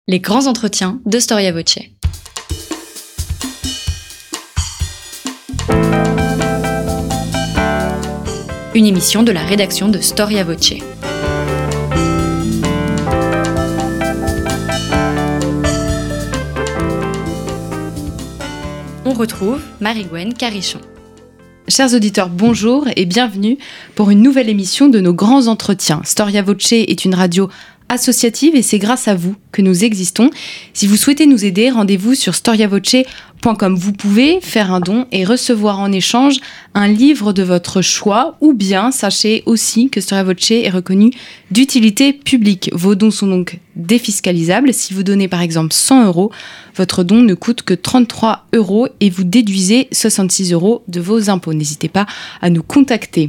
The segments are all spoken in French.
Les grands entretiens de Storia Voce. Une émission de la rédaction de Storia Voce. On retrouve Marie-Gwen Carichon. Chers auditeurs, bonjour et bienvenue pour une nouvelle émission de nos grands entretiens. Storia Voce est une radio associative et c'est grâce à vous que nous existons. Si vous souhaitez nous aider, rendez-vous sur storiavoce.com. Vous pouvez faire un don et recevoir en échange un livre de votre choix, ou bien sachez aussi que Storia Voce est reconnu d'utilité publique. Vos dons sont donc défiscalisables. Si vous donnez par exemple 100 €, votre don ne coûte que 33 € et vous déduisez 66 € de vos impôts. N'hésitez pas à nous contacter.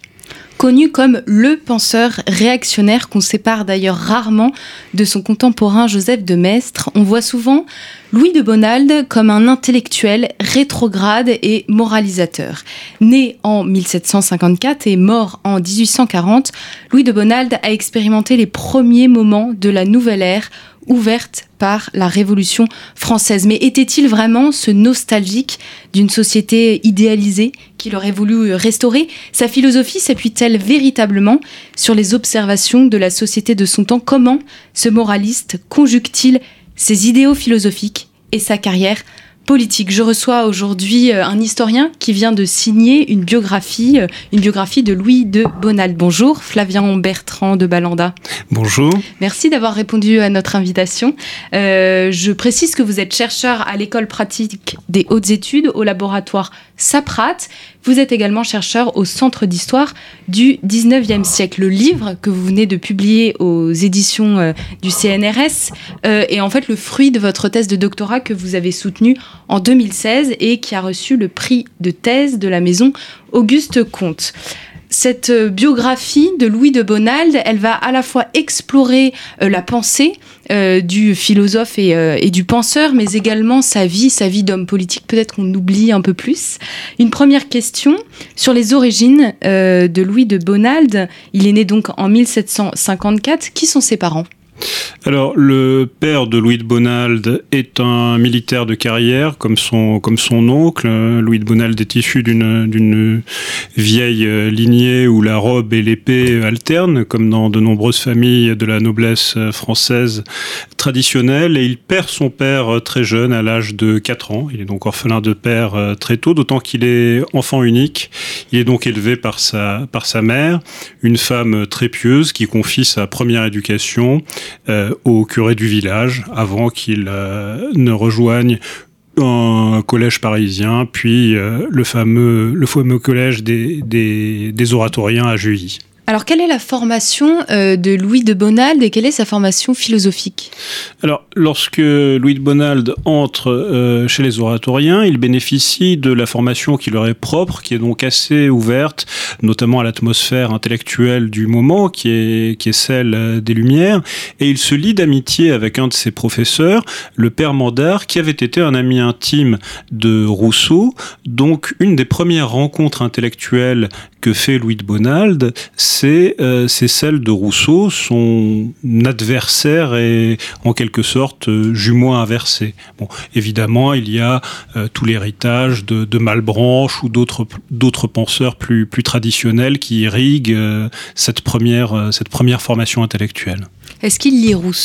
Connu comme le penseur réactionnaire qu'on sépare d'ailleurs rarement de son contemporain Joseph de Maistre, on voit souvent Louis de Bonald comme un intellectuel rétrograde et moralisateur. Né en 1754 et mort en 1840, Louis de Bonald a expérimenté les premiers moments de la nouvelle ère ouverte par la Révolution française. Mais était-il vraiment ce nostalgique d'une société idéalisée qu'il aurait voulu restaurer ? Sa philosophie s'appuie-t-elle véritablement sur les observations de la société de son temps ? Comment ce moraliste conjugue-t-il ses idéaux philosophiques et sa carrière politique ? Je reçois aujourd'hui un historien qui vient de signer une biographie de Louis de Bonald. Bonjour, Flavien Bertrand de Balanda. Bonjour. Merci d'avoir répondu à notre invitation. Je précise que vous êtes chercheur à l'École pratique des hautes études au laboratoire Saprat. Vous êtes également chercheur au Centre d'histoire du 19e siècle. Le livre que vous venez de publier aux éditions du CNRS est en fait le fruit de votre thèse de doctorat que vous avez soutenue en 2016 et qui a reçu le prix de thèse de la maison Auguste Comte. Cette biographie de Louis de Bonald, elle va à la fois explorer la pensée du philosophe et du penseur, mais également sa vie d'homme politique. Peut-être qu'on oublie un peu plus. Une première question sur les origines de Louis de Bonald. Il est né donc en 1754. Qui sont ses parents ? Alors, le père de Louis de Bonald est un militaire de carrière, comme son oncle. Louis de Bonald est issu d'une vieille lignée où la robe et l'épée alternent, comme dans de nombreuses familles de la noblesse française traditionnelle. Et il perd son père très jeune, à l'âge de 4 ans. Il est donc orphelin de père très tôt, d'autant qu'il est enfant unique. Il est donc élevé par sa mère, une femme très pieuse qui confie sa première éducation au curé du village avant qu'il ne rejoigne un collège parisien, puis le fameux collège des oratoriens à Juilly. Alors, quelle est la formation de Louis de Bonald et quelle est sa formation philosophique ? Alors, lorsque Louis de Bonald entre chez les oratoriens, il bénéficie de la formation qui leur est propre, qui est donc assez ouverte, notamment à l'atmosphère intellectuelle du moment, qui est celle des Lumières, et il se lie d'amitié avec un de ses professeurs, le père Mandar, qui avait été un ami intime de Rousseau. Donc, une des premières rencontres intellectuelles que fait Louis de Bonald, c'est celle de Rousseau, son adversaire et en quelque sorte jumeau inversé. Bon, évidemment, il y a tout l'héritage de Malebranche ou d'autres penseurs plus traditionnels qui irriguent cette première formation intellectuelle. Est-ce qu'il lit Rousseau ?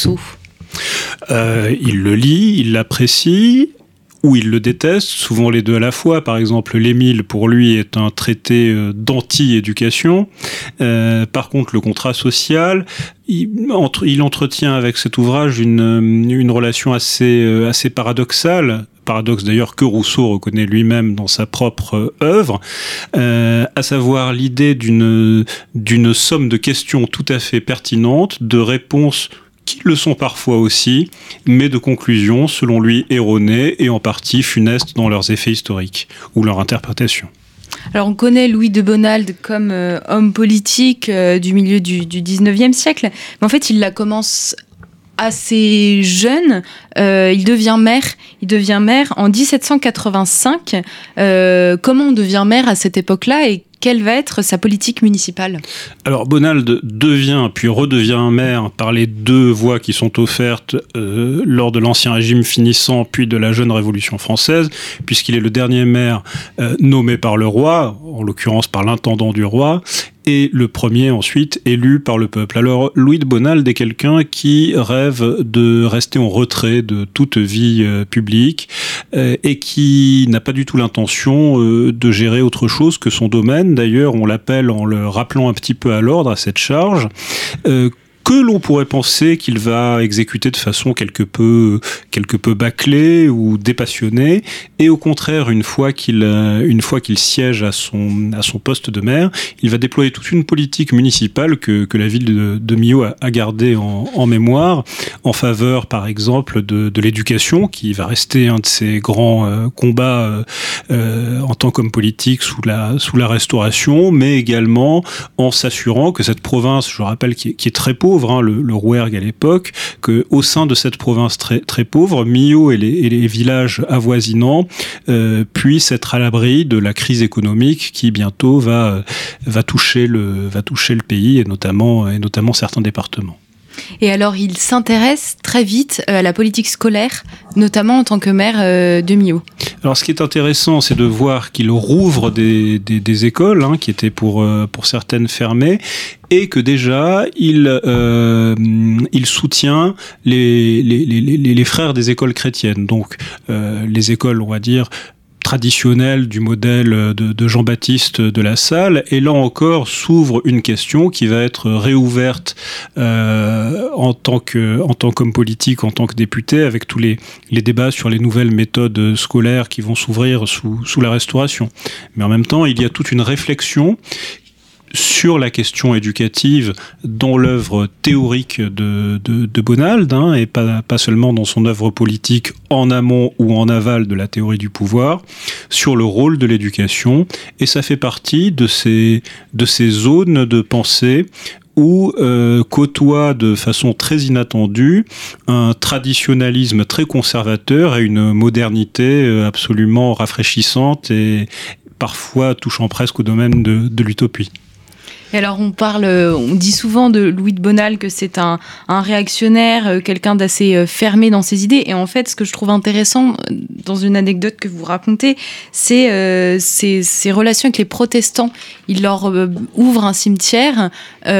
Il le lit, il l'apprécie, ou il le déteste, souvent les deux à la fois. Par exemple, l'Émile, pour lui, est un traité d'anti-éducation. Par contre, le contrat social, il entretient avec cet ouvrage une relation assez paradoxale. Paradoxe d'ailleurs que Rousseau reconnaît lui-même dans sa propre œuvre, à savoir l'idée d'une somme de questions tout à fait pertinentes, de réponses qui le sont parfois aussi, mais de conclusions, selon lui, erronées et en partie funestes dans leurs effets historiques ou leur interprétation. Alors on connaît Louis de Bonald comme homme politique du milieu du 19e siècle, mais en fait il la commence assez jeune. Il devient maire en 1785. Comment on devient maire à cette époque-là et quelle va être sa politique municipale ? Alors Bonald devient puis redevient maire par les 2 voies qui sont offertes lors de l'Ancien Régime finissant puis de la jeune Révolution française, puisqu'il est le dernier maire nommé par le roi, en l'occurrence par l'intendant du roi, et le premier ensuite élu par le peuple. Alors Louis de Bonald est quelqu'un qui rêve de rester en retrait de toute vie publique et qui n'a pas du tout l'intention de gérer autre chose que son domaine. D'ailleurs, on l'appelle en le rappelant un petit peu à l'ordre, à cette charge, que l'on pourrait penser qu'il va exécuter de façon quelque peu bâclée ou dépassionnée, et au contraire, une fois qu'il siège à son poste de maire, il va déployer toute une politique municipale que la ville de Millau a gardée en mémoire, en faveur, par exemple, de l'éducation, qui va rester un de ses grands combats en tant qu'homme politique sous la Restauration, mais également en s'assurant que cette province, je rappelle, qui est très pauvre, le Rouergue à l'époque, qu'au sein de cette province très, très pauvre, Millau et les villages avoisinants puissent être à l'abri de la crise économique qui bientôt va toucher le pays et notamment certains départements. Et alors, il s'intéresse très vite à la politique scolaire, notamment en tant que maire de Millau. Alors, ce qui est intéressant, c'est de voir qu'il rouvre des écoles qui étaient pour certaines fermées, et que déjà il soutient les frères des écoles chrétiennes. Donc, les écoles, on va dire, traditionnel du modèle de Jean-Baptiste de La Salle, et là encore s'ouvre une question qui va être réouverte en tant qu'homme politique, en tant que député, avec tous les débats sur les nouvelles méthodes scolaires qui vont s'ouvrir sous la Restauration. Mais en même temps, il y a toute une réflexion sur la question éducative dans l'œuvre théorique de Bonald, et pas seulement dans son œuvre politique en amont ou en aval de la théorie du pouvoir, sur le rôle de l'éducation, et ça fait partie de ces zones de pensée où côtoie de façon très inattendue un traditionnalisme très conservateur et une modernité absolument rafraîchissante et parfois touchant presque au domaine de l'utopie. Et alors on dit souvent de Louis de Bonald que c'est un réactionnaire, quelqu'un d'assez fermé dans ses idées. Et en fait, ce que je trouve intéressant dans une anecdote que vous racontez, c'est ses relations avec les protestants. Il leur ouvre un cimetière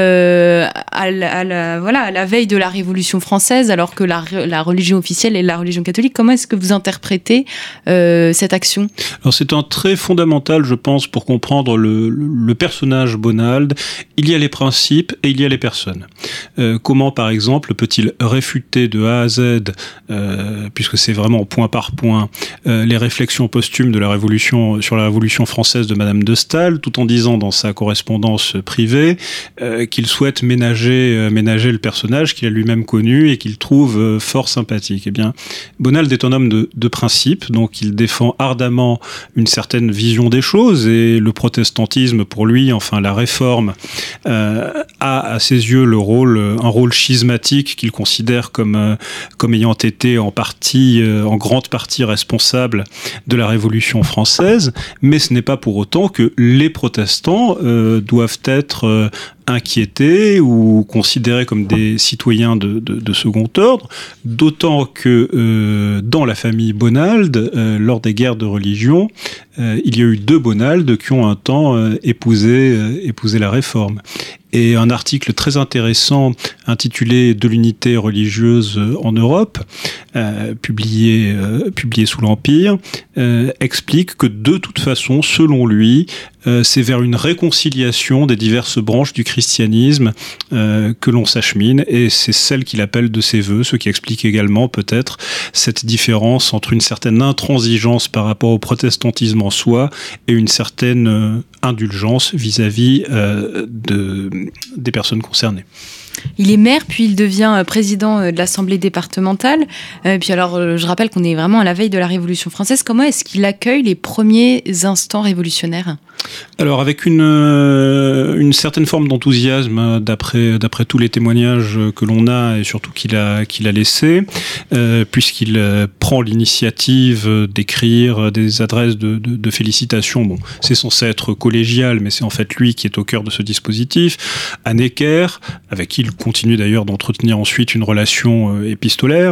à la veille de la Révolution française, alors que la religion officielle est la religion catholique. Comment est-ce que vous interprétez cette action ? Alors c'est un trait fondamental, je pense, pour comprendre le personnage Bonald. Il y a les principes et il y a les personnes. Comment, par exemple, peut-il réfuter de A à Z, puisque c'est vraiment point par point, les réflexions posthumes de sur la Révolution française de Madame de Staël, tout en disant dans sa correspondance privée qu'il souhaite ménager le personnage qu'il a lui-même connu et qu'il trouve fort sympathique. Eh bien, Bonald est un homme de principe, donc il défend ardemment une certaine vision des choses, et le protestantisme, pour lui, enfin la réforme, a à ses yeux un rôle schismatique qu'il considère comme ayant été en grande partie responsable de la Révolution française, mais ce n'est pas pour autant que les protestants doivent être inquiétés ou considérés comme des citoyens de second ordre, d'autant que dans la famille Bonald, lors des guerres de religion, il y a eu 2 Bonald qui ont un temps épousé la réforme. Et un article très intéressant intitulé « De l'unité religieuse en Europe », publié sous l'Empire, explique que de toute façon, selon lui, c'est vers une réconciliation des diverses branches du christianisme que l'on s'achemine, et c'est celle qu'il appelle de ses voeux, ce qui explique également peut-être cette différence entre une certaine intransigeance par rapport au protestantisme en soi et une certaine indulgence vis-à-vis des personnes concernées. Il est maire, puis il devient président de l'Assemblée départementale. Puis alors, je rappelle qu'on est vraiment à la veille de la Révolution française. Comment est-ce qu'il accueille les premiers instants révolutionnaires ? Alors avec une certaine forme d'enthousiasme d'après tous les témoignages que l'on a et surtout qu'il a laissé, puisqu'il prend l'initiative d'écrire des adresses de félicitations. Bon, c'est censé être collégial, mais c'est en fait lui qui est au cœur de ce dispositif. À Necker, avec qui il continue d'ailleurs d'entretenir ensuite une relation épistolaire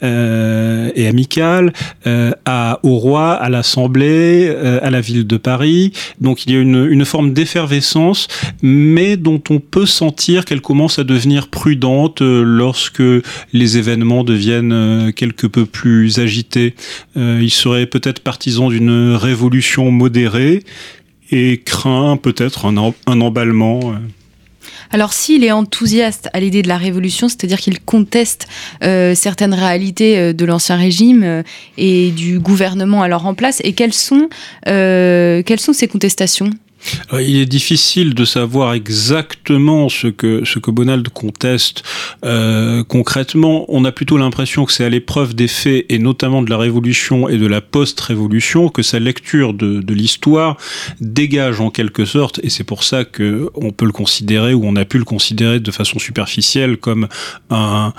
et amicale, au roi, à l'Assemblée, à la ville de Paris. Donc il y a une forme d'effervescence, mais dont on peut sentir qu'elle commence à devenir prudente lorsque les événements deviennent quelque peu plus agités. Il serait peut-être partisan d'une révolution modérée et craint peut-être un emballement. Alors s'il est enthousiaste à l'idée de la révolution, c'est-à-dire qu'il conteste certaines réalités de l'Ancien Régime et du gouvernement alors en place, et quelles sont ces contestations ? Il est difficile de savoir exactement ce que Bonald conteste concrètement. On a plutôt l'impression que c'est à l'épreuve des faits, et notamment de la Révolution et de la post-Révolution, que sa lecture de l'histoire dégage en quelque sorte, et c'est pour ça qu'on peut le considérer, ou on a pu le considérer de façon superficielle, comme un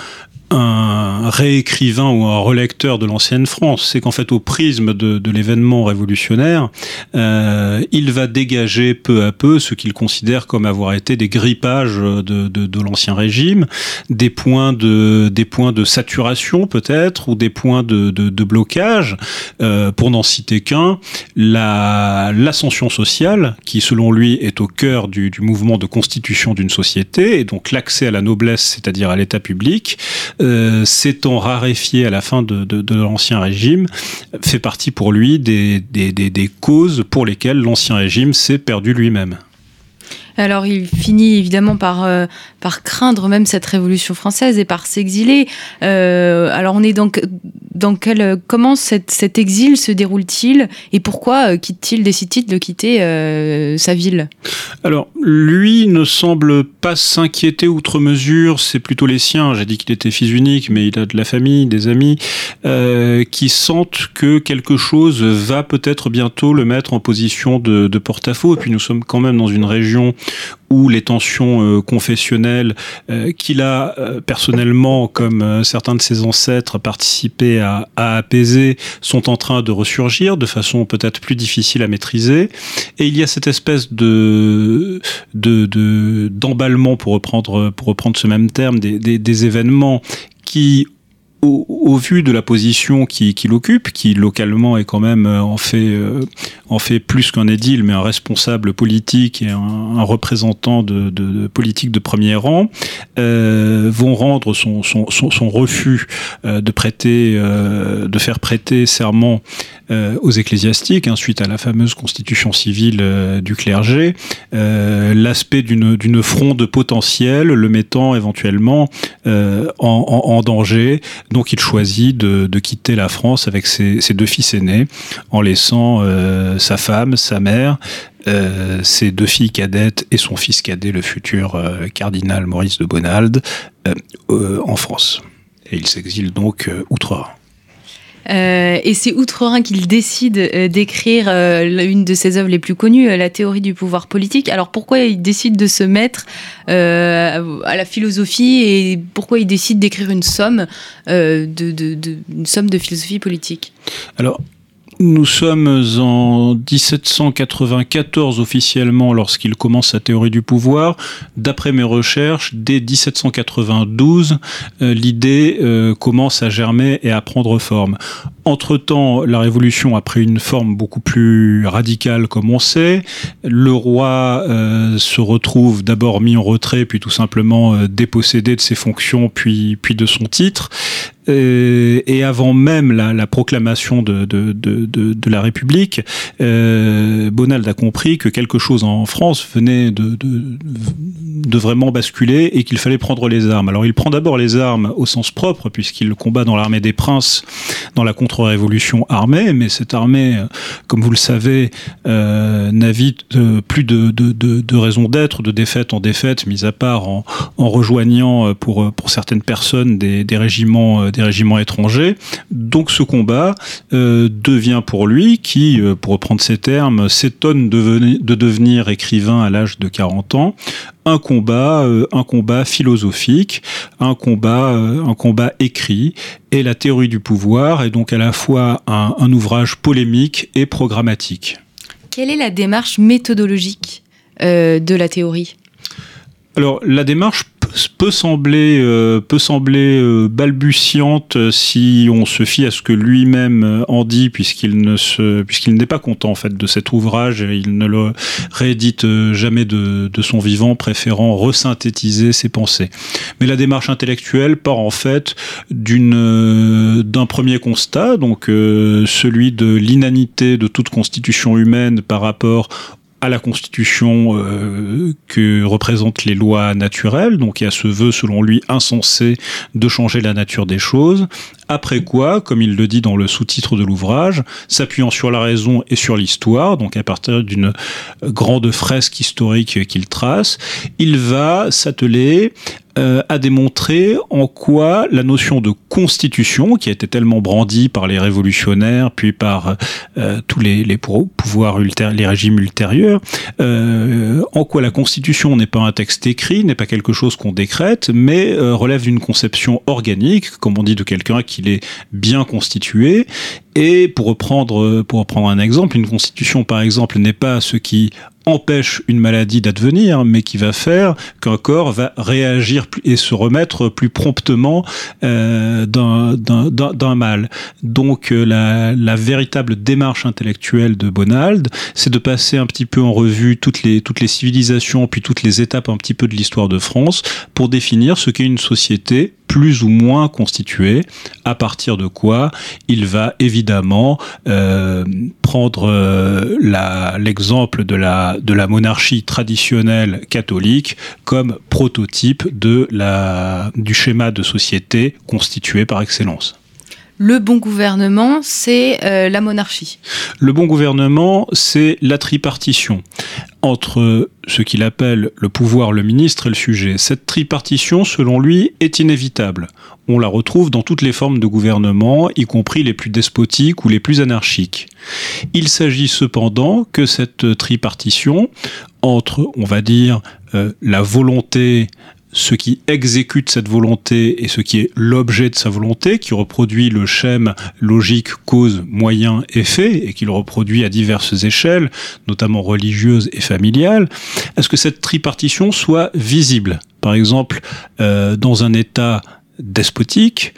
réécrivain ou un relecteur de l'ancienne France. C'est qu'en fait, au prisme de l'événement révolutionnaire, il va dégager peu à peu ce qu'il considère comme avoir été des grippages de l'ancien régime, des points de saturation peut-être, ou des points de blocage. Pour n'en citer qu'un, l'ascension sociale, qui selon lui est au cœur du mouvement de constitution d'une société, et donc l'accès à la noblesse, c'est-à-dire à l'état public, s'étant raréfié à la fin de l'ancien régime, fait partie pour lui des causes pour lesquelles l'ancien régime s'est perdu lui-même. Alors il finit évidemment par craindre même cette révolution française et par s'exiler. Alors on est donc comment cet exil se déroule-t-il, et pourquoi décide-t-il de quitter sa ville ? Alors lui ne semble pas s'inquiéter outre mesure, c'est plutôt les siens. J'ai dit qu'il était fils unique, mais il a de la famille, des amis, qui sentent que quelque chose va peut-être bientôt le mettre en position de porte-à-faux. Et puis nous sommes quand même dans une région où les tensions confessionnelles qu'il a personnellement, comme certains de ses ancêtres, participé à apaiser, sont en train de ressurgir de façon peut-être plus difficile à maîtriser. Et il y a cette espèce d'emballement, pour reprendre ce même terme, des événements qui, au vu de la position qu'il occupe, qui localement est quand même en fait plus qu'un édile, mais un responsable politique et un représentant de politique de premier rang, vont rendre son refus de faire prêter serment aux ecclésiastiques, suite à la fameuse constitution civile du clergé, l'aspect d'une fronde potentielle, le mettant éventuellement en danger. Donc il choisit de quitter la France avec ses deux fils aînés, en laissant sa femme, sa mère, ses deux filles cadettes et son fils cadet, le futur cardinal Maurice de Bonald, en France. Et il s'exile donc outre-Rhin. Et c'est outre-Rhin qu'il décide d'écrire une de ses œuvres les plus connues, La théorie du pouvoir politique. Alors pourquoi il décide de se mettre à la philosophie, et pourquoi il décide d'écrire une somme une somme de philosophie politique ? Alors, nous sommes en 1794 officiellement lorsqu'il commence sa théorie du pouvoir. D'après mes recherches, dès 1792, l'idée commence à germer et à prendre forme. Entre-temps, la Révolution a pris une forme beaucoup plus radicale, comme on sait. Le roi se retrouve d'abord mis en retrait, puis tout simplement dépossédé de ses fonctions, puis de son titre. Et avant même la proclamation de la République, Bonald a compris que quelque chose en France venait de vraiment basculer et qu'il fallait prendre les armes. Alors il prend d'abord les armes au sens propre, puisqu'il combat dans l'armée des princes, dans la contre contre-révolution armée, mais cette armée, comme vous le savez, navigue plus de raison d'être, de défaite en défaite, mis à part en rejoignant pour certaines personnes des régiments étrangers. Donc ce combat devient pour lui, qui, pour reprendre ces termes, s'étonne de devenir écrivain à l'âge de 40 ans, un combat philosophique, un combat écrit, et la théorie du pouvoir est donc à la fois un ouvrage polémique et programmatique. Quelle est la démarche méthodologique de la théorie ? Alors, la démarche peut sembler balbutiante si on se fie à ce que lui-même en dit, puisqu'il n'est pas content en fait de cet ouvrage, et il ne le réédite jamais de son vivant, préférant resynthétiser ses pensées. Mais la démarche intellectuelle part en fait d'un premier constat, donc celui de l'inanité de toute constitution humaine par rapport à la Constitution que représentent les lois naturelles, donc il y a ce vœu, selon lui, insensé de changer la nature des choses. Après quoi, comme il le dit dans le sous-titre de l'ouvrage, s'appuyant sur la raison et sur l'histoire, donc à partir d'une grande fresque historique qu'il trace, il va s'atteler à démontrer en quoi la notion de constitution, qui a été tellement brandie par les révolutionnaires, puis par tous les pouvoirs les régimes ultérieurs, en quoi la constitution n'est pas un texte écrit, n'est pas quelque chose qu'on décrète, mais relève d'une conception organique, comme on dit de quelqu'un qu'il est bien constitué. Et pour reprendre un exemple, une constitution par exemple n'est pas ce qui empêche une maladie d'advenir, mais qui va faire qu'un corps va réagir et se remettre plus promptement d'un mal. Donc la véritable démarche intellectuelle de Bonald, c'est de passer un petit peu en revue toutes les civilisations, puis toutes les étapes un petit peu de l'histoire de France, pour définir ce qu'est une société plus ou moins constituée, à partir de quoi il va évidemment prendre l'exemple de la monarchie traditionnelle catholique comme prototype du schéma de société constitué par excellence. Le bon gouvernement, c'est la monarchie. Le bon gouvernement, c'est la tripartition entre ce qu'il appelle le pouvoir, le ministre et le sujet. Cette tripartition, selon lui, est inévitable. On la retrouve dans toutes les formes de gouvernement, y compris les plus despotiques ou les plus anarchiques. Il s'agit cependant que cette tripartition entre, on va dire, la volonté, ce qui exécute cette volonté et ce qui est l'objet de sa volonté, qui reproduit le schème logique cause, moyen, effet, et qui le reproduit à diverses échelles, notamment religieuses et familiales, est-ce que cette tripartition soit visible ? Par exemple, dans un État despotique,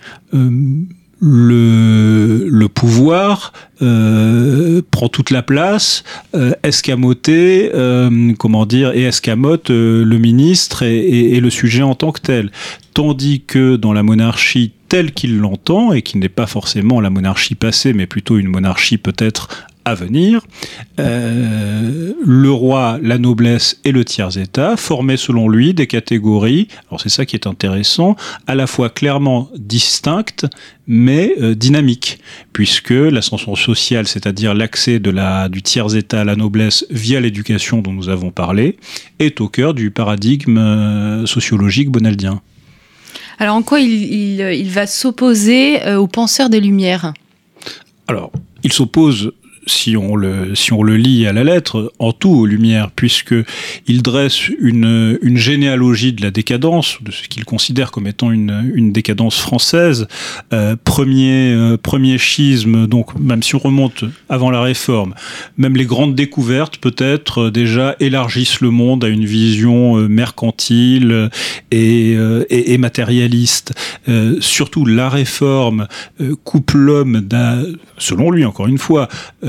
le pouvoir prend toute la place, escamoté, et escamote le ministre et le sujet en tant que tel. Tandis que dans la monarchie telle qu'il l'entend, et qui n'est pas forcément la monarchie passée, mais plutôt une monarchie peut-être à venir, le roi, la noblesse et le tiers-état formaient selon lui des catégories, alors c'est ça qui est intéressant, à la fois clairement distinctes mais dynamiques, puisque l'ascension sociale, c'est-à-dire l'accès du tiers-état à la noblesse via l'éducation dont nous avons parlé, est au cœur du paradigme sociologique bonaldien. Alors en quoi il va s'opposer aux penseurs des Lumières ? Alors, il s'oppose, si on le lit à la lettre, en tout aux Lumières, puisque il dresse une généalogie de la décadence, de ce qu'il considère comme étant une décadence française. Premier schisme, donc même si on remonte avant la Réforme, même les grandes découvertes peut-être déjà élargissent le monde à une vision mercantile et matérialiste. Surtout la Réforme coupe l'homme selon lui encore une fois,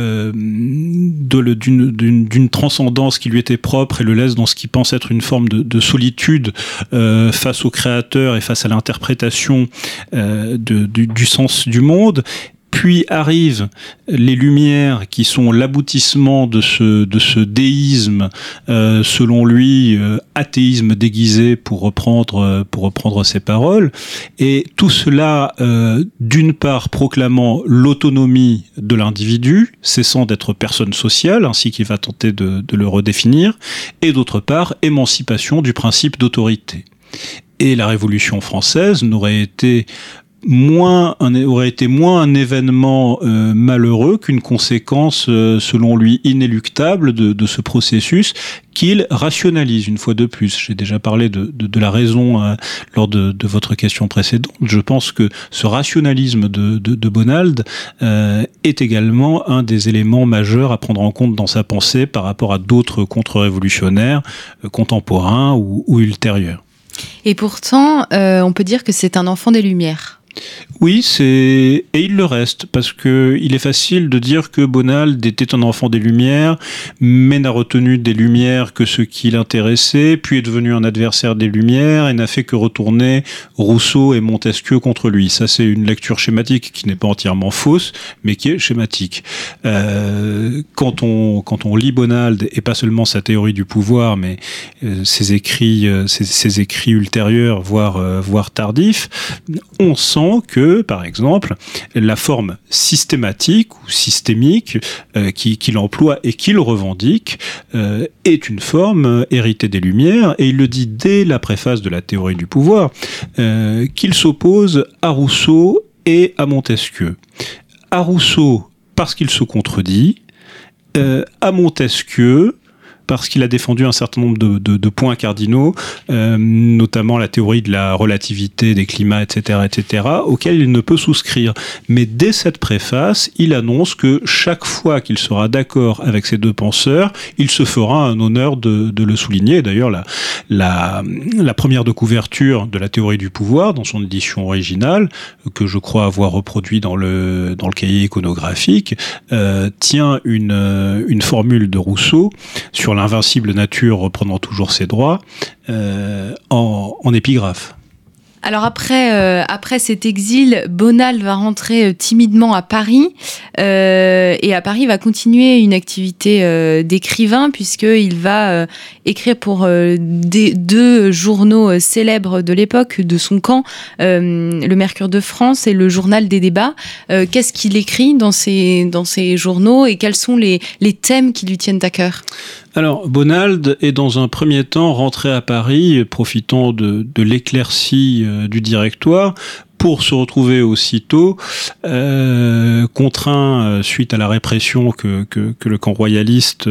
d'une transcendance qui lui était propre et le laisse dans ce qu'il pense être une forme de solitude face au créateur et face à l'interprétation du sens du monde. Puis arrivent les Lumières qui sont l'aboutissement de ce déisme, selon lui, athéisme déguisé pour reprendre ses paroles. Et tout cela, d'une part, proclamant l'autonomie de l'individu, cessant d'être personne sociale, ainsi qu'il va tenter de le redéfinir, et d'autre part, émancipation du principe d'autorité. Et la Révolution française aurait été moins un événement malheureux qu'une conséquence, selon lui, inéluctable de ce processus qu'il rationalise une fois de plus. J'ai déjà parlé de la raison lors de votre question précédente. Je pense que ce rationalisme de Bonald est également un des éléments majeurs à prendre en compte dans sa pensée par rapport à d'autres contre-révolutionnaires contemporains ou ultérieurs. Et pourtant, on peut dire que c'est un enfant des Lumières. Oui, et il le reste, parce que il est facile de dire que Bonald était un enfant des Lumières, mais n'a retenu des Lumières que ce qui l'intéressait, puis est devenu un adversaire des Lumières et n'a fait que retourner Rousseau et Montesquieu contre lui. Ça, c'est une lecture schématique qui n'est pas entièrement fausse, mais qui est schématique. Quand on lit Bonald, et pas seulement sa théorie du pouvoir, mais ses écrits ultérieurs, voire tardifs, on sent que, par exemple, la forme systématique ou systémique qu'il emploie et qu'il revendique est une forme héritée des Lumières, et il le dit dès la préface de la théorie du pouvoir, qu'il s'oppose à Rousseau et à Montesquieu. À Rousseau, parce qu'il se contredit, à Montesquieu, parce qu'il a défendu un certain nombre de points cardinaux, notamment la théorie de la relativité des climats, etc., auxquels il ne peut souscrire. Mais dès cette préface, il annonce que chaque fois qu'il sera d'accord avec ces deux penseurs, il se fera un honneur de le souligner. D'ailleurs, la première de couverture de la théorie du pouvoir, dans son édition originale, que je crois avoir reproduit dans le cahier iconographique, tient une formule de Rousseau sur l'invincible nature reprenant toujours ses droits, en épigraphe. Alors après cet exil, Bonald va rentrer timidement à Paris, et à Paris il va continuer une activité d'écrivain, puisqu'il va écrire pour deux journaux célèbres de l'époque, de son camp, le Mercure de France et le Journal des débats. Qu'est-ce qu'il écrit dans ces journaux, et quels sont les thèmes qui lui tiennent à cœur ? Alors, Bonald est dans un premier temps rentré à Paris, profitant de l'éclaircie du Directoire, pour se retrouver aussitôt contraint, suite à la répression que le camp royaliste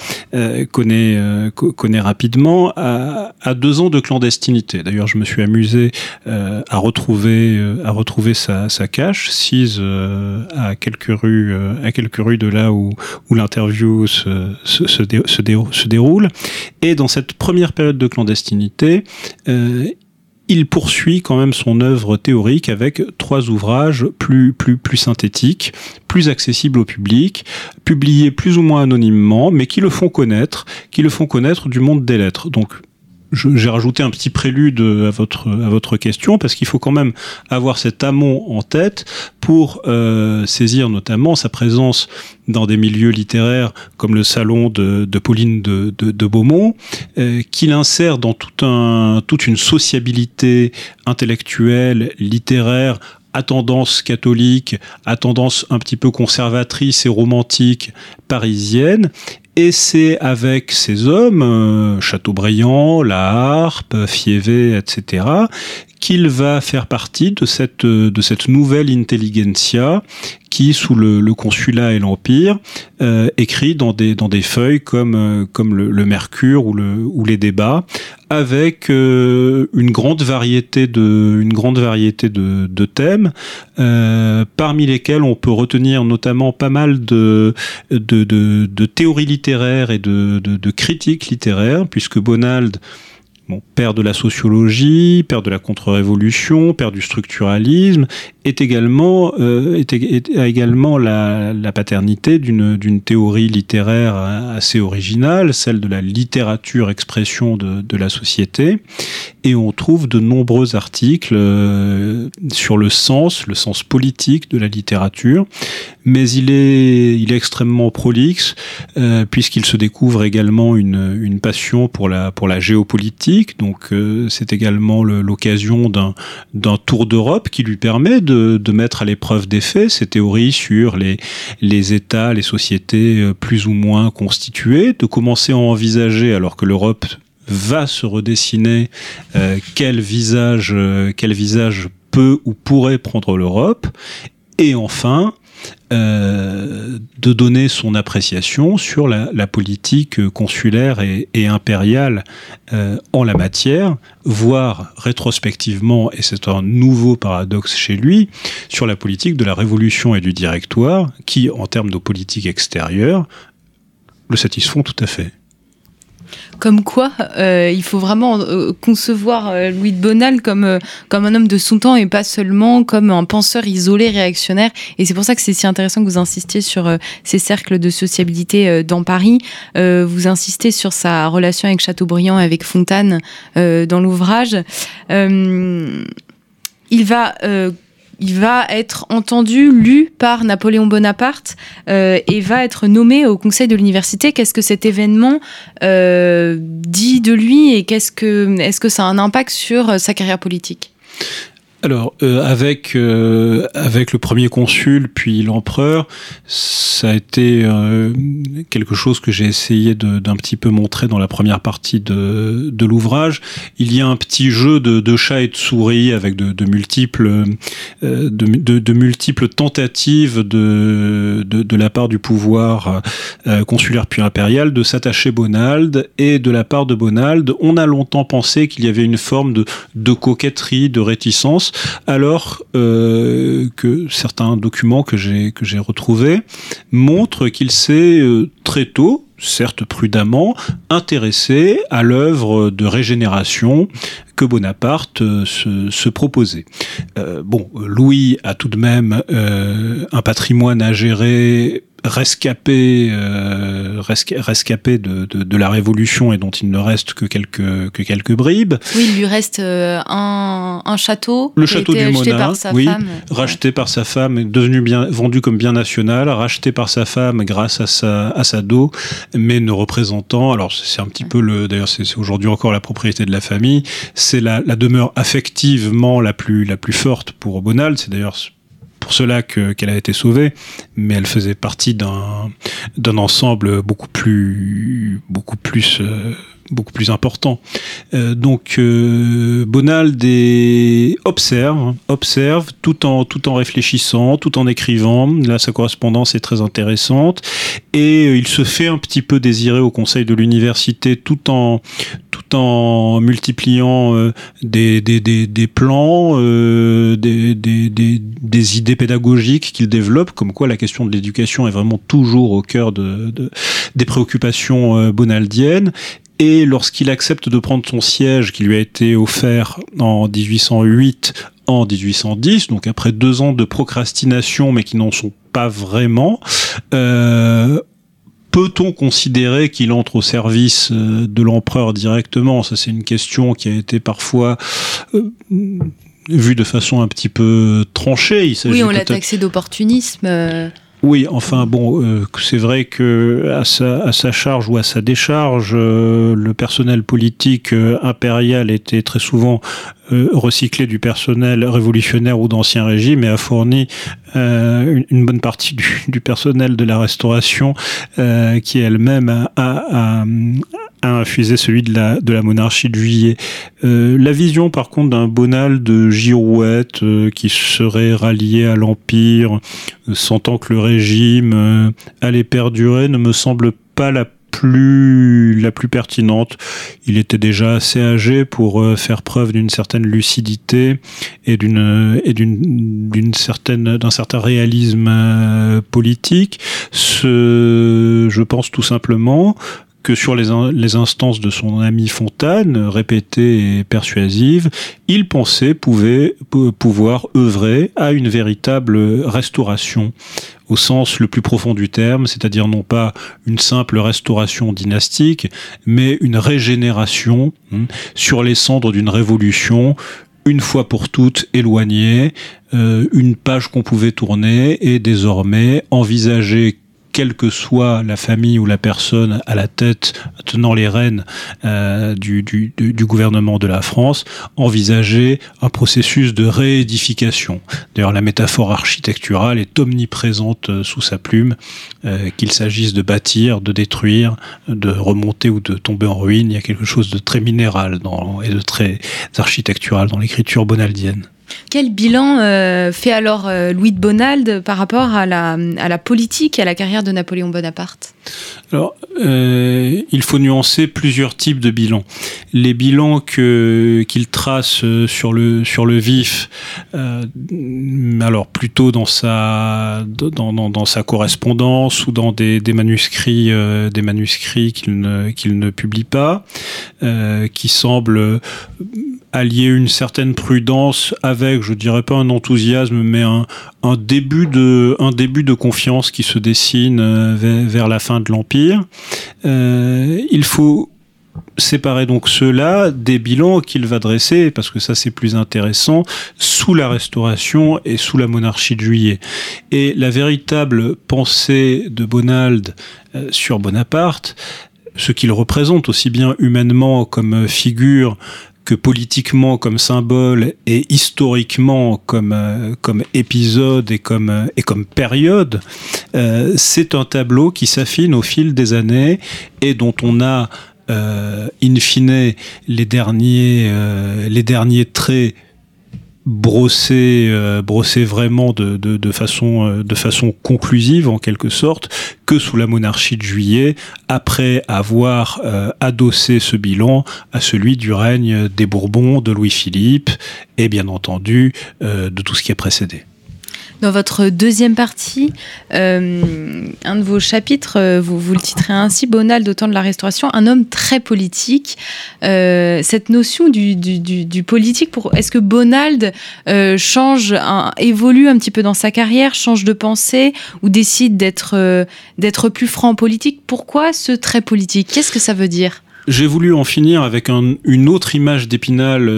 connaît rapidement, à 2 ans de clandestinité. D'ailleurs, je me suis amusé à retrouver sa cache, sise à quelques rues de là où l'interview se déroule. Et dans cette première période de clandestinité, il poursuit quand même son œuvre théorique avec 3 ouvrages plus synthétiques, plus accessibles au public, publiés plus ou moins anonymement, mais qui le font connaître du monde des lettres. Donc, j'ai rajouté un petit prélude à votre question, parce qu'il faut quand même avoir cet amont en tête pour saisir notamment sa présence dans des milieux littéraires comme le salon de Pauline de Beaumont, qu'il insère dans toute une sociabilité intellectuelle, littéraire, à tendance catholique, à tendance un petit peu conservatrice et romantique parisienne. Et c'est avec ces hommes, Chateaubriand, La Harpe, Fiévé, etc., qu'il va faire partie de cette nouvelle intelligentsia qui, sous le Consulat et l'Empire, écrit dans des feuilles comme le Mercure ou les Débats, avec une grande variété de thèmes, parmi lesquels on peut retenir notamment pas mal de théories littéraires et de critiques littéraires, puisque Bonald père de la sociologie, père de la contre-révolution, père du structuralisme, a également la paternité d'une théorie littéraire assez originale, celle de la littérature-expression de la société. Et on trouve de nombreux articles sur le sens politique de la littérature. Mais il est extrêmement prolixe, puisqu'il se découvre également une passion pour la géopolitique. Donc c'est également l'occasion d'un tour d'Europe qui lui permet de mettre à l'épreuve des faits ses théories sur les États, les sociétés plus ou moins constituées, de commencer à envisager, alors que l'Europe va se redessiner, quel visage peut ou pourrait prendre l'Europe, et enfin de donner son appréciation sur la politique consulaire et impériale en la matière, voire rétrospectivement, et c'est un nouveau paradoxe chez lui, sur la politique de la Révolution et du Directoire, qui, en termes de politique extérieure, le satisfont tout à fait. Comme quoi, il faut vraiment concevoir Louis de Bonald comme un homme de son temps et pas seulement comme un penseur isolé, réactionnaire. Et c'est pour ça que c'est si intéressant que vous insistiez sur ces cercles de sociabilité dans Paris. Vous insistez sur sa relation avec Chateaubriand et avec Fontane dans l'ouvrage. Il va être entendu, lu par Napoléon Bonaparte et va être nommé au conseil de l'université. Qu'est-ce que cet événement dit de lui et est-ce que ça a un impact sur sa carrière politique ? Alors, avec le premier consul, puis l'empereur, ça a été quelque chose que j'ai essayé d'un petit peu montrer dans la première partie de l'ouvrage. Il y a un petit jeu de chat et de souris avec de multiples tentatives de la part du pouvoir consulaire puis impérial de s'attacher Bonald, et de la part de Bonald, on a longtemps pensé qu'il y avait une forme de coquetterie, de réticence, alors que certains documents que j'ai retrouvés montrent qu'il s'est très tôt, certes prudemment, intéressé à l'œuvre de régénération que Bonaparte se proposait. Louis a tout de même un patrimoine à gérer rescapé de la Révolution et dont il ne reste que quelques bribes. Oui, il lui reste un château. Le château du Mona, par sa femme. Racheté par sa femme, vendu comme bien national, racheté par sa femme grâce à sa dot, mais ne représentant, alors c'est un petit peu d'ailleurs c'est aujourd'hui encore la propriété de la famille, c'est la demeure affectivement la plus forte pour Bonald, c'est d'ailleurs pour cela qu'elle a été sauvée, mais elle faisait partie d'un ensemble beaucoup plus important. Donc Bonald observe tout en réfléchissant, tout en écrivant. Là, sa correspondance est très intéressante, et il se fait un petit peu désirer au conseil de l'université tout en multipliant des plans, des idées pédagogiques qu'il développe, comme quoi la question de l'éducation est vraiment toujours au cœur des préoccupations bonaldiennes. Et lorsqu'il accepte de prendre son siège qui lui a été offert en 1808, en 1810, donc après 2 ans de procrastination, mais qui n'en sont pas vraiment, peut-on considérer qu'il entre au service de l'empereur directement ? Ça, c'est une question qui a été parfois vue de façon un petit peu tranchée. Oui, on l'a taxé d'opportunisme. Oui, enfin bon, c'est vrai que à sa charge ou à sa décharge, le personnel politique impérial était très souvent recyclé du personnel révolutionnaire ou d'ancien régime, et a fourni une bonne partie du personnel de la Restauration qui elle-même a infusé celui de la monarchie de Juillet. La vision par contre d'un Bonald de girouette qui serait rallié à l'Empire, sentant que le régime allait perdurer, ne me semble pas la plus pertinente. Il était déjà assez âgé pour faire preuve d'une certaine lucidité et d'un certain réalisme politique. Je pense tout simplement que sur les instances de son ami Fontane, répétées et persuasives, il pensait pouvoir œuvrer à une véritable restauration au sens le plus profond du terme, c'est-à-dire non pas une simple restauration dynastique, mais une régénération sur les cendres d'une révolution, une fois pour toutes éloignée, une page qu'on pouvait tourner et désormais envisager, quelle que soit la famille ou la personne à la tête tenant les rênes du gouvernement de la France, envisager un processus de réédification. D'ailleurs, la métaphore architecturale est omniprésente sous sa plume, qu'il s'agisse de bâtir, de détruire, de remonter ou de tomber en ruine. Il y a quelque chose de très minéral et de très architectural dans l'écriture bonaldienne. Quel bilan fait alors Louis de Bonald par rapport à la politique et à la carrière de Napoléon Bonaparte ? Alors, il faut nuancer plusieurs typs de bilans. Les bilans qu'il trace sur le vif, alors plutôt dans sa correspondance ou dans des manuscrits qu'il ne publie pas, qui semblent allier une certaine prudence avec, je dirais pas un enthousiasme, mais un début de confiance qui se dessine vers la fin de l'Empire. Il faut séparer donc ceux-là des bilans qu'il va dresser, parce que ça c'est plus intéressant, sous la Restauration et sous la monarchie de Juillet. Et la véritable pensée de Bonald sur Bonaparte, ce qu'il représente aussi bien humainement comme figure que politiquement comme symbole et historiquement comme épisode et comme période, c'est un tableau qui s'affine au fil des années et dont on a in fine les derniers traits brossés vraiment de façon conclusive en quelque sorte, que sous la monarchie de Juillet, après avoir adossé ce bilan à celui du règne des Bourbons, de Louis-Philippe et bien entendu de tout ce qui a précédé. Dans votre deuxième partie, un de vos chapitres, vous le titrez ainsi, Bonald au temps de la Restauration, un homme très politique. Cette notion du politique, est-ce que Bonald évolue un petit peu dans sa carrière, change de pensée ou décide d'être plus franc en politique ? Pourquoi ce très politique ? Qu'est-ce que ça veut dire ? J'ai voulu en finir avec une autre image d'Épinal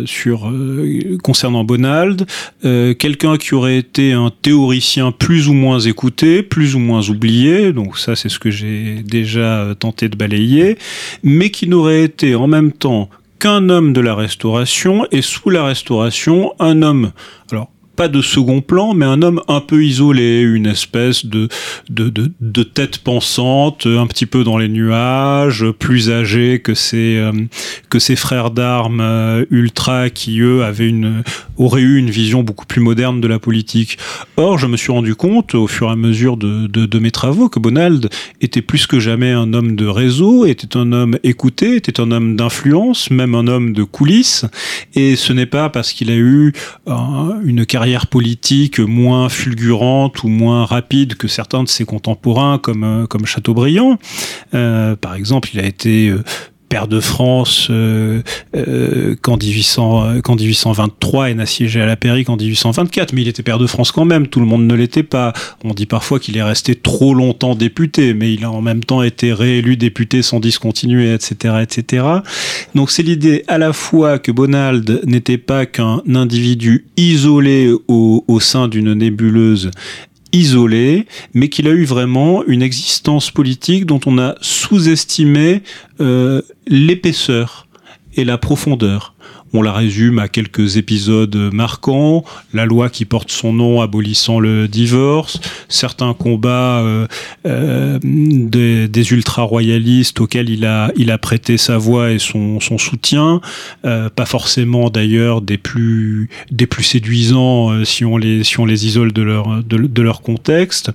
concernant Bonald, quelqu'un qui aurait été un théoricien plus ou moins écouté, plus ou moins oublié, donc ça c'est ce que j'ai déjà tenté de balayer, mais qui n'aurait été en même temps qu'un homme de la Restauration et sous la Restauration un homme, alors pas de second plan, mais un homme un peu isolé, une espèce de tête pensante, un petit peu dans les nuages, plus âgé que ses frères d'armes ultra qui, eux, auraient eu une vision beaucoup plus moderne de la politique. Or, je me suis rendu compte, au fur et à mesure de mes travaux, que Bonald était plus que jamais un homme de réseau, était un homme écouté, était un homme d'influence, même un homme de coulisses, et ce n'est pas parce qu'il a eu une carrière politique moins fulgurante ou moins rapide que certains de ses contemporains comme Chateaubriand. Par exemple, il a été pair de France qu'en 1823 et n'assiégé à la pairie qu'en 1824, mais il était pair de France quand même, tout le monde ne l'était pas. On dit parfois qu'il est resté trop longtemps député, mais il a en même temps été réélu député sans discontinuer, etc., etc. Donc c'est l'idée à la fois que Bonald n'était pas qu'un individu isolé au sein d'une nébuleuse isolé, mais qu'il a eu vraiment une existence politique dont on a sous-estimé l'épaisseur et la profondeur. On la résume à quelques épisodes marquants, la loi qui porte son nom abolissant le divorce, certains combats des ultra-royalistes auxquels il a prêté sa voix et son soutien, pas forcément d'ailleurs des plus séduisants si on les isole de leur contexte,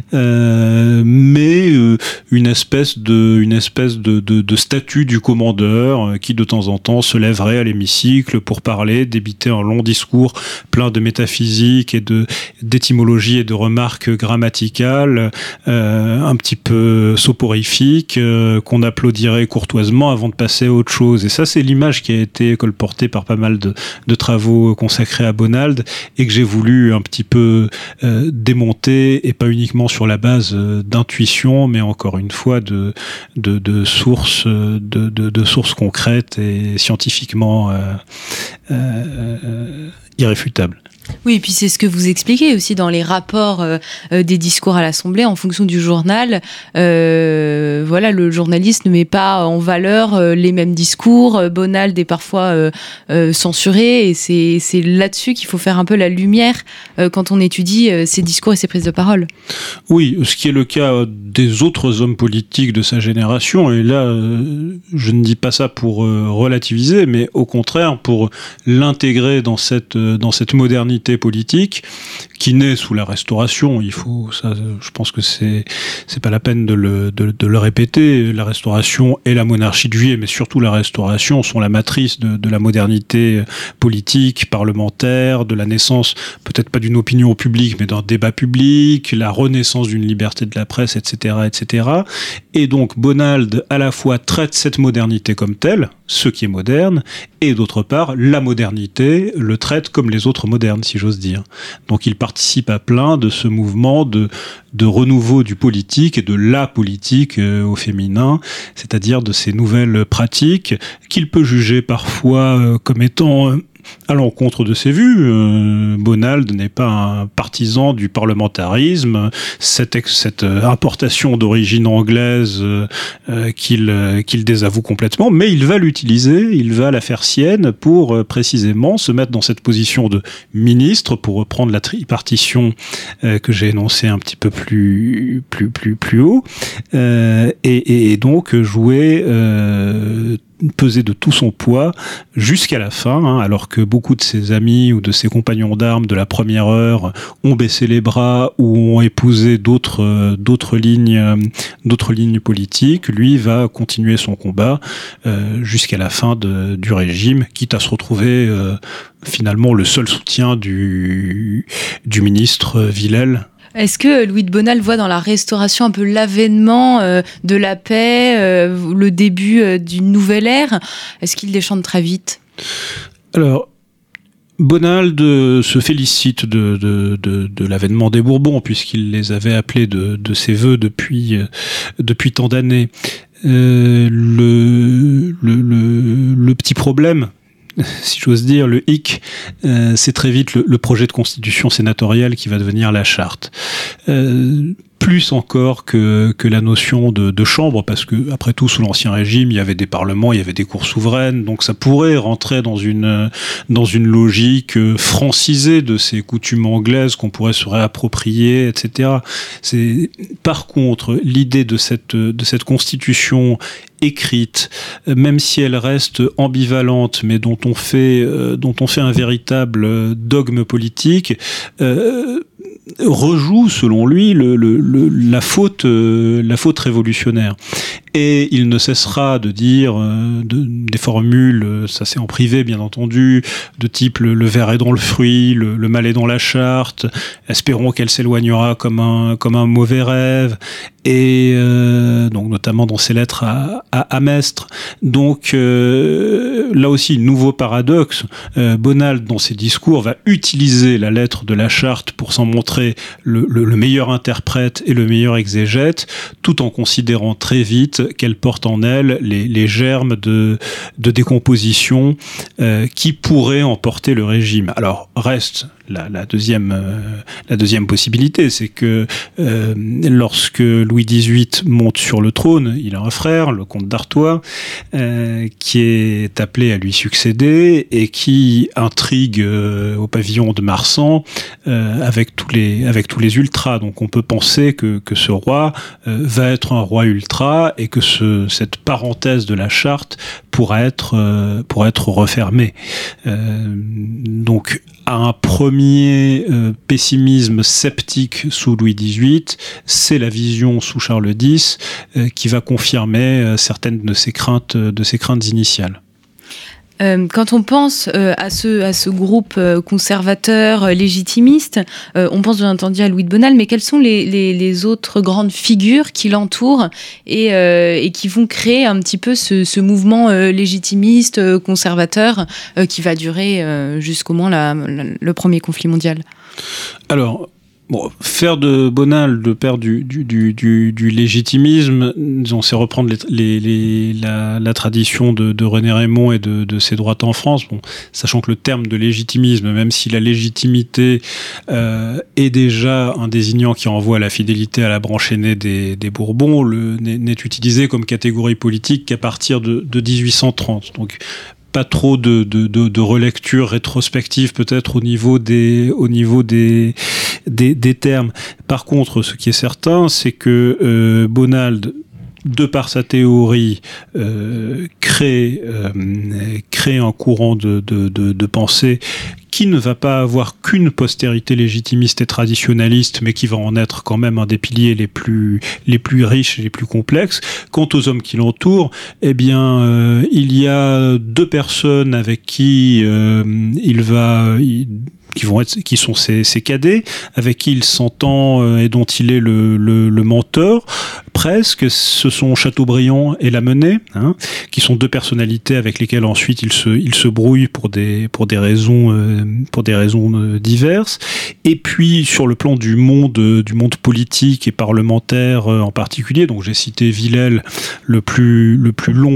mais une espèce de statut du commandeur qui de temps en temps se lèverait à l'hémicycle article pour parler, débiter un long discours plein de métaphysique et d'étymologie et de remarques grammaticales, un petit peu soporifiques, qu'on applaudirait courtoisement avant de passer à autre chose. Et ça, c'est l'image qui a été colportée par pas mal de travaux consacrés à Bonald et que j'ai voulu un petit peu démonter, et pas uniquement sur la base d'intuition, mais encore une fois de sources concrètes et scientifiquement irréfutables. Oui, et puis c'est ce que vous expliquez aussi dans les rapports des discours à l'Assemblée en fonction du journal. Voilà, le journaliste ne met pas en valeur les mêmes discours. Bonald est parfois censuré, et c'est là-dessus qu'il faut faire un peu la lumière quand on étudie ses discours et ses prises de parole. Oui, ce qui est le cas des autres hommes politiques de sa génération, et là, je ne dis pas ça pour relativiser, mais au contraire pour l'intégrer dans cette modernité politique qui naît sous la Restauration. Je pense que c'est pas la peine de le répéter. La Restauration et la monarchie de Juillet, mais surtout la Restauration, sont la matrice de la modernité politique, parlementaire, de la naissance, peut-être pas d'une opinion publique, mais d'un débat public, la renaissance d'une liberté de la presse, etc., etc. Et donc Bonald, à la fois, traite cette modernité comme telle, ce qui est moderne, et d'autre part, la modernité le traite comme les autres modernes, si j'ose dire. Donc il participe à plein de ce mouvement de renouveau du politique et de la politique au féminin, c'est-à-dire de ces nouvelles pratiques qu'il peut juger parfois comme étant à l'encontre de ses vues. Bonald n'est pas un partisan du parlementarisme, cette importation d'origine anglaise qu'il désavoue complètement, mais il va l'utiliser, il va la faire sienne pour précisément se mettre dans cette position de ministre, pour reprendre la tripartition que j'ai énoncée un petit peu plus haut, et donc jouer peser de tout son poids jusqu'à la fin, alors que beaucoup de ses amis ou de ses compagnons d'armes de la première heure ont baissé les bras ou ont épousé d'autres lignes politiques. Lui va continuer son combat jusqu'à la fin du régime, quitte à se retrouver finalement le seul soutien du ministre Villèle. Est-ce que Louis de Bonald voit dans la Restauration un peu l'avènement de la paix, le début d'une nouvelle ère ? Est-ce qu'il déchante très vite ? Alors, Bonald se félicite de l'avènement des Bourbons, puisqu'il les avait appelés de ses voeux depuis tant d'années. Le petit problème, si j'ose dire, le hic, c'est très vite le projet de constitution sénatoriale qui va devenir la charte. Plus encore que la notion de chambre, parce que après tout, sous l'Ancien Régime, il y avait des parlements, il y avait des cours souveraines, donc ça pourrait rentrer dans une logique francisée de ces coutumes anglaises qu'on pourrait se réapproprier, etc. Par contre, l'idée de cette constitution écrite, même si elle reste ambivalente, mais dont on fait un véritable dogme politique, rejoue, selon lui, la faute révolutionnaire. Et il ne cessera de dire des formules, ça c'est en privé bien entendu, de type le ver est dans le fruit, le mal est dans la charte, espérons qu'elle s'éloignera comme un mauvais rêve, et donc notamment dans ses lettres à Mestre. Donc là aussi, nouveau paradoxe, Bonald dans ses discours va utiliser la lettre de la charte pour s'en montrer le meilleur interprète et le meilleur exégète, tout en considérant très vite qu'elle porte en elle les germes de décomposition qui pourraient emporter le régime. Alors reste la deuxième possibilité, c'est que lorsque Louis XVIII monte sur le trône, il a un frère, le comte d'Artois, qui est appelé à lui succéder et qui intrigue au pavillon de Marsan avec tous les ultras. Donc on peut penser que ce roi va être un roi ultra et que cette parenthèse de la charte pourra être refermée. Donc à un premier pessimisme sceptique sous Louis XVIII, c'est la vision sous Charles X qui va confirmer certaines de ses craintes initiales. Quand on pense à ce groupe conservateur, légitimiste, on pense bien entendu à Louis de Bonald, mais quelles sont les autres grandes figures qui l'entourent et qui vont créer un petit peu ce mouvement légitimiste, conservateur, qui va durer jusqu'au moins le premier conflit mondial? Alors, faire de Bonald le père du légitimisme, c'est reprendre la tradition de René Raymond et de ses droites en France, sachant que le terme de légitimisme, même si la légitimité est déjà un désignant qui renvoie à la fidélité à la branche aînée des Bourbons, n'est utilisé comme catégorie politique qu'à partir de 1830. Donc, pas trop de relecture rétrospective peut-être au niveau des termes. Par contre, ce qui est certain, c'est que Bonald, de par sa théorie, crée un courant de pensée qui ne va pas avoir qu'une postérité légitimiste et traditionnaliste, mais qui va en être quand même un des piliers les plus riches et les plus complexes. Quant aux hommes qui l'entourent, il y a deux personnes avec qui qui sont ses cadets, avec qui il s'entend et dont il est le mentor, presque. Ce sont Chateaubriand et Lamennais, qui sont deux personnalités avec lesquelles ensuite il se brouille pour des raisons diverses. Et puis sur le plan du monde politique et parlementaire en particulier, donc j'ai cité Villèle, le plus long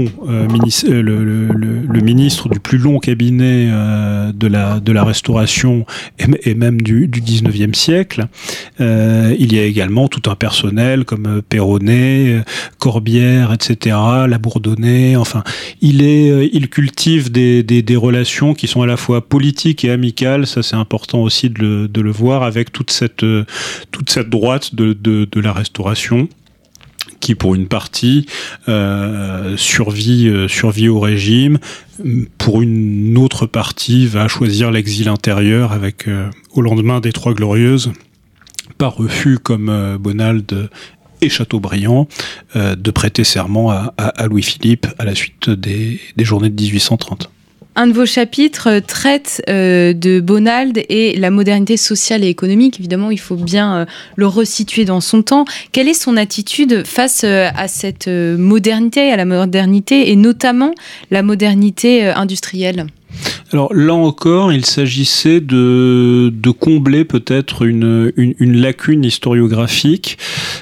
le ministre du plus long cabinet de la Restauration et même du 19e siècle. Il y a également tout un personnel comme Peyronnet, Corbière, etc., Labourdonnais. Enfin, il cultive des relations qui sont à la fois politiques et amicales. Ça, c'est important aussi de le voir avec toute cette droite de la Restauration, qui pour une partie survit au régime, pour une autre partie va choisir l'exil intérieur avec au lendemain des Trois Glorieuses, par refus comme Bonald et Chateaubriand de prêter serment à Louis-Philippe à la suite des journées de 1830. Un de vos chapitres traite de Bonald et la modernité sociale et économique. Évidemment, il faut bien le resituer dans son temps. Quelle est son attitude face à cette modernité, à la modernité, et notamment la modernité industrielle ? Alors là encore, il s'agissait de combler peut-être une lacune historiographique.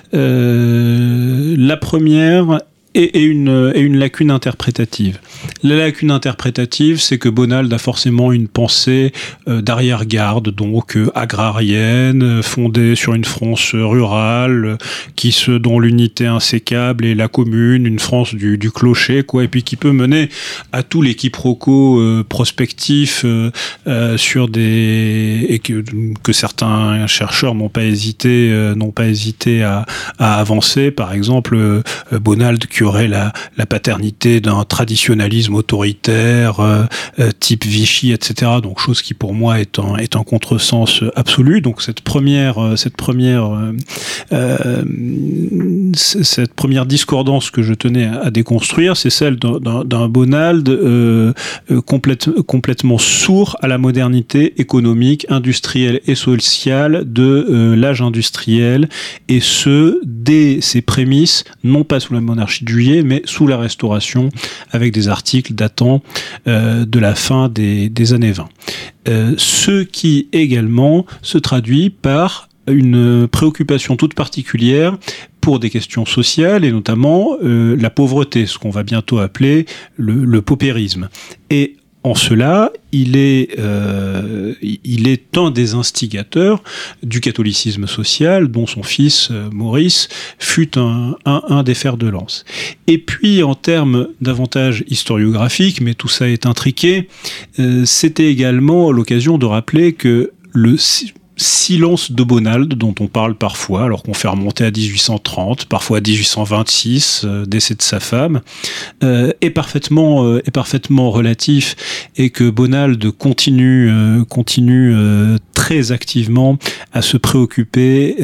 La première et une lacune interprétative. La lacune interprétative, c'est que Bonald a forcément une pensée d'arrière-garde, donc agrarienne, fondée sur une France rurale, dont l'unité insécable est la commune, une France du clocher, quoi, et puis qui peut mener à tous les quiproquos prospectifs sur et que certains chercheurs n'ont pas hésité à avancer. Par exemple, Bonald qui aurait la paternité d'un traditionnalisme autoritaire type Vichy, etc. Donc chose qui pour moi est un contresens absolu. Donc cette première discordance que je tenais à déconstruire, c'est celle d'un Bonald complètement sourd à la modernité économique, industrielle et sociale de l'âge industriel, et ce dès ses prémices, non pas sous la monarchie de Juillet, mais sous la Restauration, avec des articles datant de la fin des années 20. Ce qui également se traduit par une préoccupation toute particulière pour des questions sociales, et notamment la pauvreté, ce qu'on va bientôt appeler le paupérisme. Et en cela, il est un des instigateurs du catholicisme social, dont son fils Maurice fut un des fers de lance. Et puis, en termes davantage historiographiques, mais tout ça est intriqué, c'était également l'occasion de rappeler que le silence de Bonald, dont on parle parfois, alors qu'on fait remonter à 1830, parfois à 1826, décès de sa femme, est parfaitement relatif, et que Bonald continue très activement à se préoccuper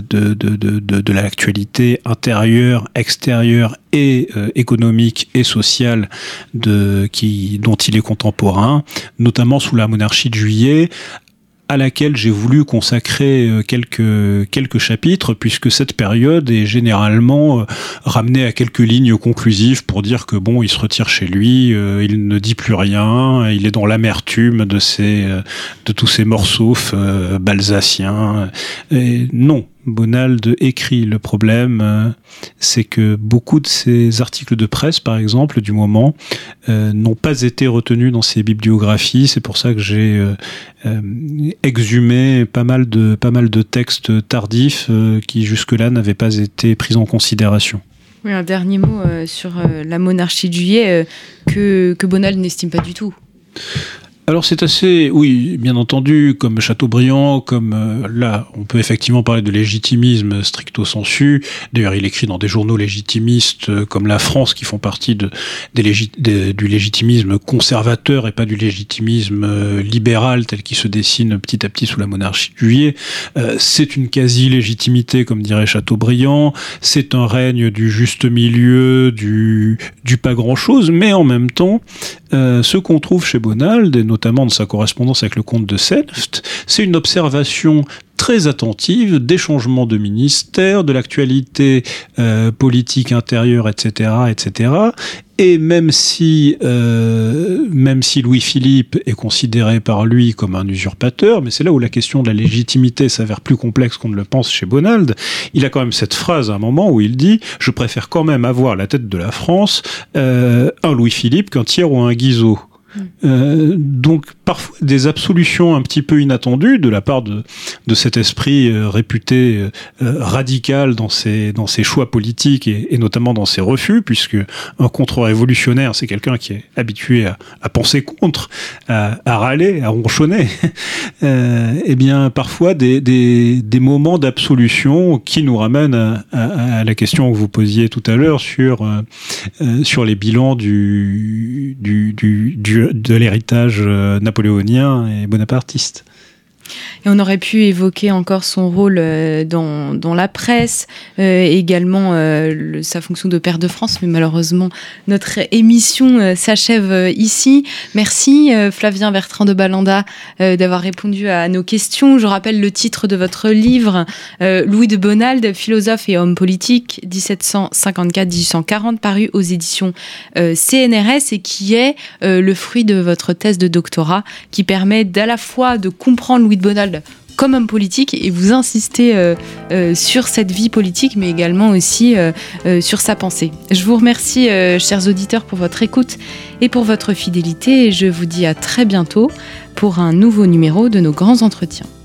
de l'actualité intérieure, extérieure et économique et sociale dont il est contemporain, notamment sous la monarchie de Juillet, à laquelle j'ai voulu consacrer quelques chapitres, puisque cette période est généralement ramenée à quelques lignes conclusives pour dire que bon, il se retire chez lui, il ne dit plus rien, il est dans l'amertume de tous ces morceaux balsaciens. Et non, Bonald écrit. Le problème, c'est que beaucoup de ces articles de presse, par exemple, du moment, n'ont pas été retenus dans ces bibliographies. C'est pour ça que j'ai exhumé pas mal de textes tardifs qui jusque-là n'avaient pas été pris en considération. Oui, un dernier mot sur la monarchie de Juillet que Bonald n'estime pas du tout. Alors c'est assez, oui, bien entendu, comme Chateaubriand, comme là, on peut effectivement parler de légitimisme stricto sensu. D'ailleurs, il écrit dans des journaux légitimistes comme La France, qui font partie du légitimisme conservateur et pas du légitimisme libéral tel qu'il se dessine petit à petit sous la monarchie de Juillet. C'est une quasi-légitimité, comme dirait Chateaubriand. C'est un règne du juste milieu, du pas grand-chose, mais en même temps, ce qu'on trouve chez Bonald, et notamment de sa correspondance avec le comte de Senft, c'est une observation très attentive des changements de ministère, de l'actualité politique intérieure, etc., etc. Et même si Louis-Philippe est considéré par lui comme un usurpateur, mais c'est là où la question de la légitimité s'avère plus complexe qu'on ne le pense chez Bonald, il a quand même cette phrase à un moment où il dit « Je préfère quand même avoir la tête de la France un Louis-Philippe qu'un Thiers ou un Guizot ». Donc parfois des absolutions un petit peu inattendues de la part de cet esprit réputé radical dans ses choix politiques et notamment dans ses refus, puisque un contre-révolutionnaire, c'est quelqu'un qui est habitué à penser contre, à râler, à ronchonner. Et bien parfois des moments d'absolution qui nous ramènent à la question que vous posiez tout à l'heure sur les bilans de l'héritage napoléonien et bonapartiste. Et on aurait pu évoquer encore son rôle dans la presse, également sa fonction de père de France, mais malheureusement notre émission s'achève ici. Merci Flavien Bertrand de Balanda d'avoir répondu à nos questions. Je rappelle le titre de votre livre, Louis de Bonald, philosophe et homme politique, 1754-1840, paru aux éditions CNRS et qui est le fruit de votre thèse de doctorat, qui permet d'à la fois de comprendre Louis de Bonald comme homme politique et vous insistez sur cette vie politique, mais également aussi sur sa pensée. Je vous remercie, chers auditeurs, pour votre écoute et pour votre fidélité, et je vous dis à très bientôt pour un nouveau numéro de nos grands entretiens.